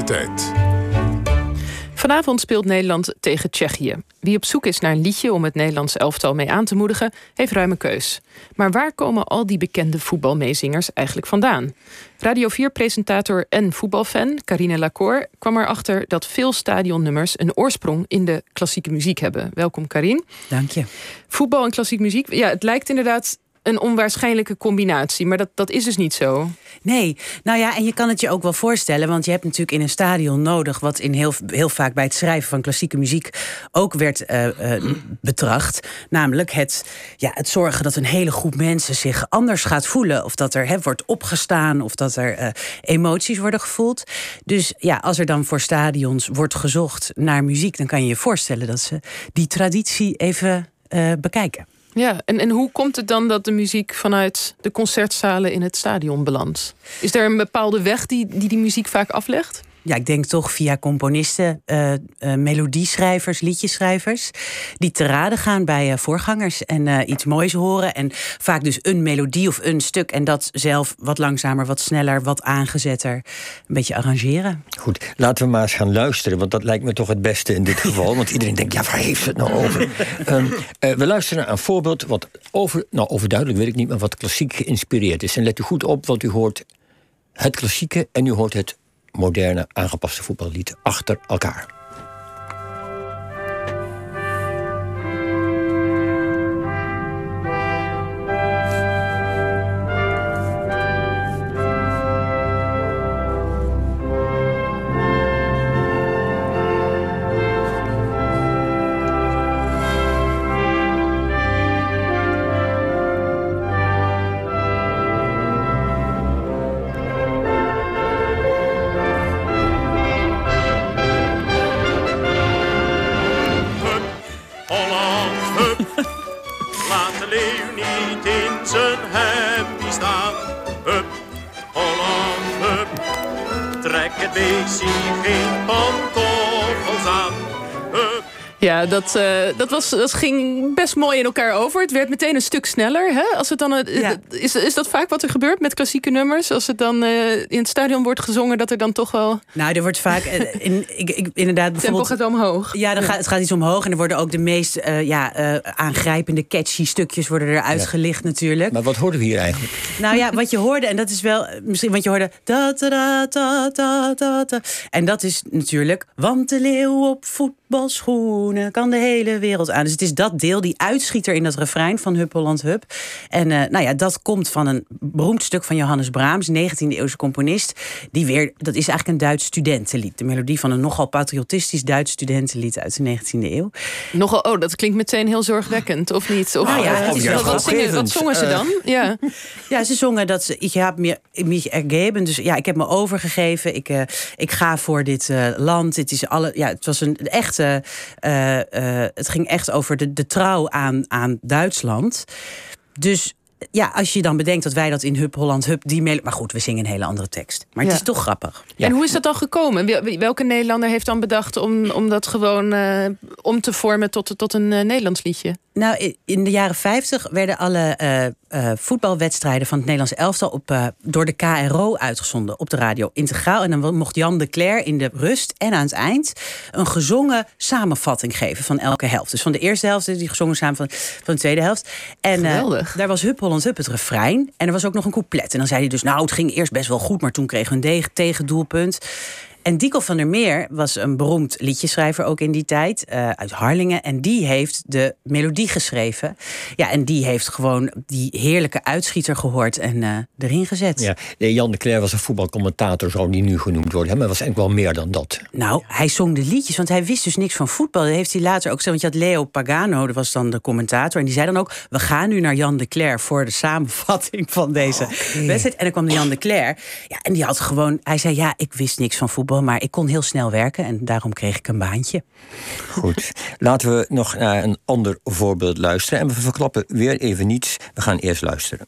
Actualiteit. Vanavond speelt Nederland tegen Tsjechië. Wie op zoek is naar een liedje om het Nederlands elftal mee aan te moedigen, heeft ruime keus. Maar waar komen al die bekende voetbalmeezingers eigenlijk vandaan? Radio 4-presentator en voetbalfan Carine Lacour kwam erachter dat veel stadionnummers een oorsprong in de klassieke muziek hebben. Welkom, Carine. Dank je. Voetbal en klassiek muziek, ja, het lijkt inderdaad een onwaarschijnlijke combinatie, maar dat is dus niet zo. Nee, nou ja, en je kan het je ook wel voorstellen, want je hebt natuurlijk in een stadion nodig, wat in heel vaak bij het schrijven van klassieke muziek ook werd betracht. Namelijk het zorgen dat een hele groep mensen zich anders gaat voelen. Of dat er wordt opgestaan, of dat er emoties worden gevoeld. Dus ja, als er dan voor stadions wordt gezocht naar muziek, dan kan je je voorstellen dat ze die traditie even bekijken. Ja, en hoe komt het dan dat de muziek vanuit de concertzalen in het stadion belandt? Is er een bepaalde weg die muziek vaak aflegt? Ja, ik denk toch via componisten, melodieschrijvers, liedjeschrijvers, die te raden gaan bij voorgangers en iets moois horen. En vaak dus een melodie of een stuk en dat zelf wat langzamer, wat sneller, wat aangezetter een beetje arrangeren. Goed, laten we maar eens gaan luisteren, want dat lijkt me toch het beste in dit geval. Want iedereen denkt, ja, waar heeft het nou over? We luisteren naar een voorbeeld wat overduidelijk weet ik niet, maar wat klassiek geïnspireerd is. En let u goed op, want u hoort het klassieke en u hoort het moderne aangepaste voetballied achter elkaar. Ja, dat ging best mooi in elkaar over. Het werd meteen een stuk sneller. Hè? Als het dan, is dat vaak wat er gebeurt met klassieke nummers? Als het dan in het stadion wordt gezongen, dat er dan toch wel... Nou, er wordt vaak inderdaad bijvoorbeeld... Tempo gaat omhoog. Ja, het gaat iets omhoog. En er worden ook de meest aangrijpende, catchy stukjes worden er uitgelicht natuurlijk. Maar wat hoorden we hier eigenlijk? Nou ja, wat je hoorde, en dat is wel misschien wat je hoorde... Da, da, da, da, da, da, da. En dat is natuurlijk... Want de leeuw op voetbalschoenen kan de hele wereld aan. Dus het is dat deel, die uitschieter in dat refrein van Hup Holland Hup. En dat komt van een beroemd stuk van Johannes Brahms, 19e-eeuwse componist. Dat is eigenlijk een Duits studentenlied. De melodie van een nogal patriotistisch Duits studentenlied uit de 19e eeuw. Nogal, dat klinkt meteen heel zorgwekkend, of niet? Wat zongen ze dan? Ja, ze zongen dat ze... Ik heb mich ergeben. Dus ja, ik heb me overgegeven. Ik ga voor dit land. Het was een echte... het ging echt over de trouw aan Duitsland. Dus ja, als je dan bedenkt dat wij dat in Hup Holland Hup... Maar goed, we zingen een hele andere tekst. Maar het is toch grappig. Ja. En hoe is dat dan gekomen? Welke Nederlander heeft dan bedacht om dat gewoon om te vormen tot een Nederlands liedje? Nou, in de jaren 50 werden alle voetbalwedstrijden van het Nederlands elftal door de KRO uitgezonden op de radio, integraal. En dan mocht Jan de Cler in de rust en aan het eind een gezongen samenvatting geven van elke helft. Dus van de eerste helft, die gezongen samen van de tweede helft. En daar was Hup Holland Hup het refrein. En er was ook nog een couplet. En dan zei hij dus, het ging eerst best wel goed, maar toen kregen we een tegendoelpunt. En Dicko van der Meer was een beroemd liedjeschrijver ook in die tijd, uit Harlingen. En die heeft de melodie geschreven. Ja, en die heeft gewoon die heerlijke uitschieter gehoord en erin gezet. Ja, Jan de Cler was een voetbalcommentator, zou die nu genoemd worden. Hè? Maar was eigenlijk wel meer dan dat. Nou, hij zong de liedjes, want hij wist dus niks van voetbal. Dat heeft hij later ook gezegd, want je had Leo Pagano, dat was dan de commentator. En die zei dan ook, we gaan nu naar Jan de Cler voor de samenvatting van deze wedstrijd. En dan kwam Jan de Cler. Ja, en die had gewoon, hij zei, ja, ik wist niks van voetbal, maar ik kon heel snel werken en daarom kreeg ik een baantje. Goed, laten we nog naar een ander voorbeeld luisteren. En we verklappen weer even niets. We gaan eerst luisteren.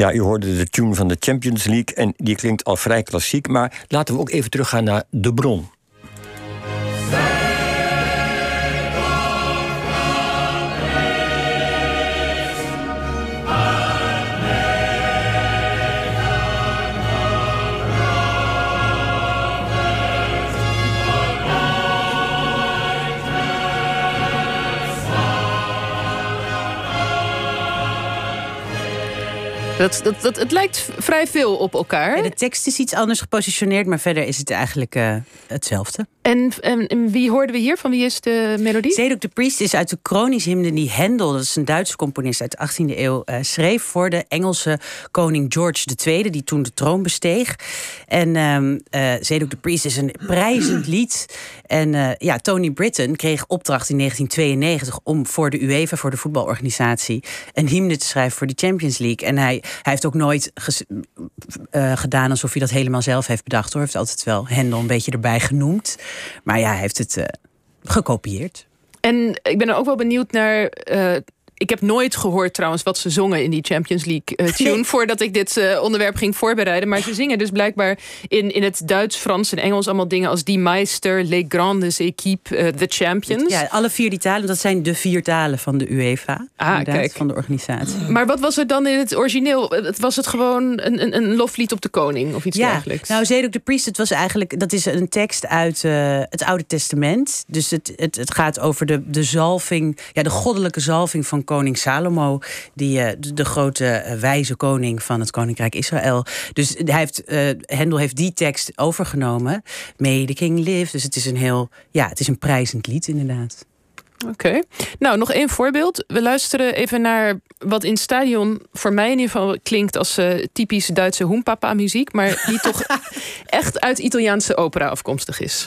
Ja, u hoorde de tune van de Champions League en die klinkt al vrij klassiek. Maar laten we ook even teruggaan naar de bron. Het lijkt vrij veel op elkaar. Ja, de tekst is iets anders gepositioneerd, maar verder is het eigenlijk hetzelfde. En wie hoorden we hier? Van wie is de melodie? Zedek de Priest is uit de Kroningshymne die Händel, dat is een Duitse componist uit de 18e eeuw, schreef voor de Engelse koning George II, die toen de troon besteeg. En Zedek de Priest is een prijzend lied. En Tony Britton kreeg opdracht in 1992 om voor de UEFA, voor de voetbalorganisatie, een hymne te schrijven voor de Champions League. En hij heeft ook nooit gedaan alsof hij dat helemaal zelf heeft bedacht, hoor. Hij heeft altijd wel Händel een beetje erbij genoemd. Maar ja, hij heeft het gekopieerd. En ik ben er ook wel benieuwd naar... ik heb nooit gehoord trouwens wat ze zongen in die Champions League tune... Nee. Voordat ik dit onderwerp ging voorbereiden. Maar ze zingen dus blijkbaar in het Duits, Frans en Engels... allemaal dingen als Die Meister, Les Grandes Équipes, The Champions. Ja, alle 4 die talen, dat zijn de 4 talen van de UEFA. Kijk. Van de organisatie. Maar wat was er dan in het origineel? Was het gewoon een loflied op de koning of iets dergelijks? Nou, Zedek de Priest, dat is een tekst uit het Oude Testament. Dus het gaat over de zalving, de goddelijke zalving van koning Salomo, de grote wijze koning van het Koninkrijk Israël. Dus Händel heeft die tekst overgenomen. May the King live. Dus het is een prijzend lied inderdaad. Oké. Nou, nog 1 voorbeeld. We luisteren even naar wat in het stadion voor mij in ieder geval klinkt als typisch Duitse hoenpapa muziek, maar die toch echt uit Italiaanse opera afkomstig is.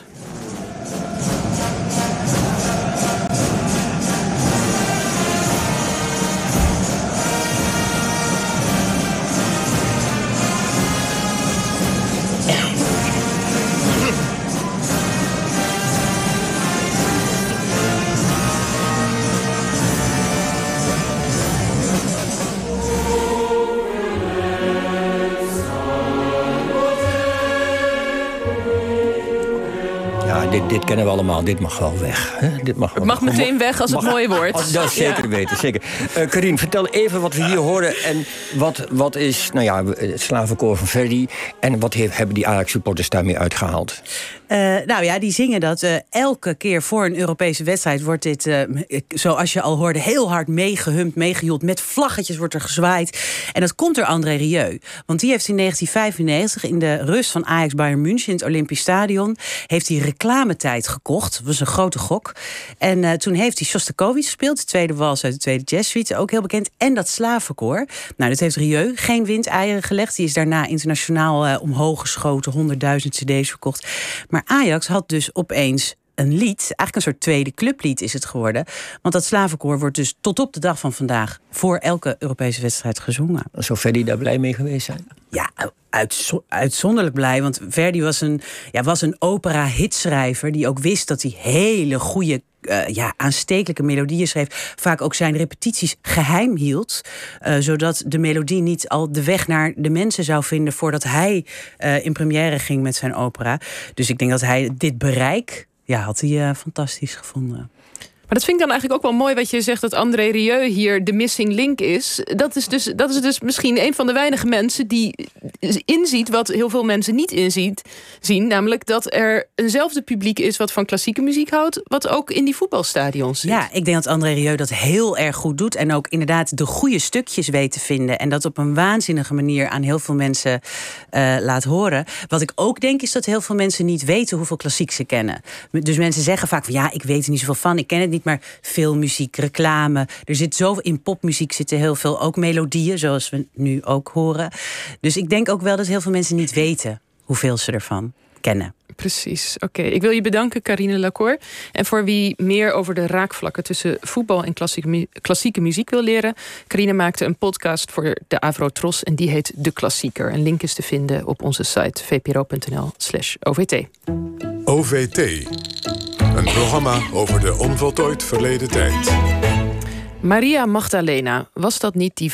Dit kennen we allemaal. Dit mag wel weg. Hè? Het mag meteen weg als het mooi wordt. Dat zeker weten, zeker. Carien, vertel even wat we hier horen. En wat is het slavenkoor van Verdi. En wat hebben die Ajax-supporters daarmee uitgehaald? Die zingen dat elke keer voor een Europese wedstrijd wordt dit, zoals je al hoorde, heel hard meegehumd, meegejoeld. Met vlaggetjes wordt er gezwaaid. En dat komt door André Rieu. Want die heeft in 1995 in de rust van Ajax Bayern München in het Olympisch Stadion heeft hij reclametijd gekocht. Dat was een grote gok. En toen heeft hij Shostakovich gespeeld, de tweede wals uit de tweede jazzsuite, ook heel bekend. En dat slavenkoor. Nou, dat heeft Rieu geen windeieren gelegd. Die is daarna internationaal omhoog geschoten, 100.000 cd's verkocht. Maar Ajax had dus opeens een lied, eigenlijk een soort tweede clublied is het geworden. Want dat slavenkoor wordt dus tot op de dag van vandaag voor elke Europese wedstrijd gezongen. Zou Verdi daar blij mee geweest zijn? Ja, uitzonderlijk blij. Want Verdi was een opera-hitschrijver die ook wist dat hij hele goede, aanstekelijke melodieën schreef. Vaak ook zijn repetities geheim hield. Zodat de melodie niet al de weg naar de mensen zou vinden voordat hij in première ging met zijn opera. Dus ik denk dat hij dit bereik had hij fantastisch gevonden. Maar dat vind ik dan eigenlijk ook wel mooi wat je zegt, dat André Rieu hier de missing link is. Dat is dus misschien een van de weinige mensen die inziet wat heel veel mensen niet zien. Namelijk dat er eenzelfde publiek is wat van klassieke muziek houdt, wat ook in die voetbalstadions zit. Ja, ik denk dat André Rieu dat heel erg goed doet. En ook inderdaad de goede stukjes weet te vinden. En dat op een waanzinnige manier aan heel veel mensen laat horen. Wat ik ook denk is dat heel veel mensen niet weten hoeveel klassiek ze kennen. Dus mensen zeggen vaak van ik weet er niet zoveel van, ik ken het niet, maar filmmuziek, reclame. Er zit zoveel in popmuziek zitten heel veel ook melodieën, zoals we nu ook horen. Dus ik denk ook wel dat heel veel mensen niet weten hoeveel ze ervan kennen. Precies, oké. Ik wil je bedanken, Carine Lacour. En voor wie meer over de raakvlakken tussen voetbal en klassieke muziek wil leren, Carine maakte een podcast voor de Avro Tros en die heet De Klassieker. Een link is te vinden op onze site vpro.nl/OVT. OVT. Een programma over de onvoltooid verleden tijd. Maria Magdalena, was dat niet die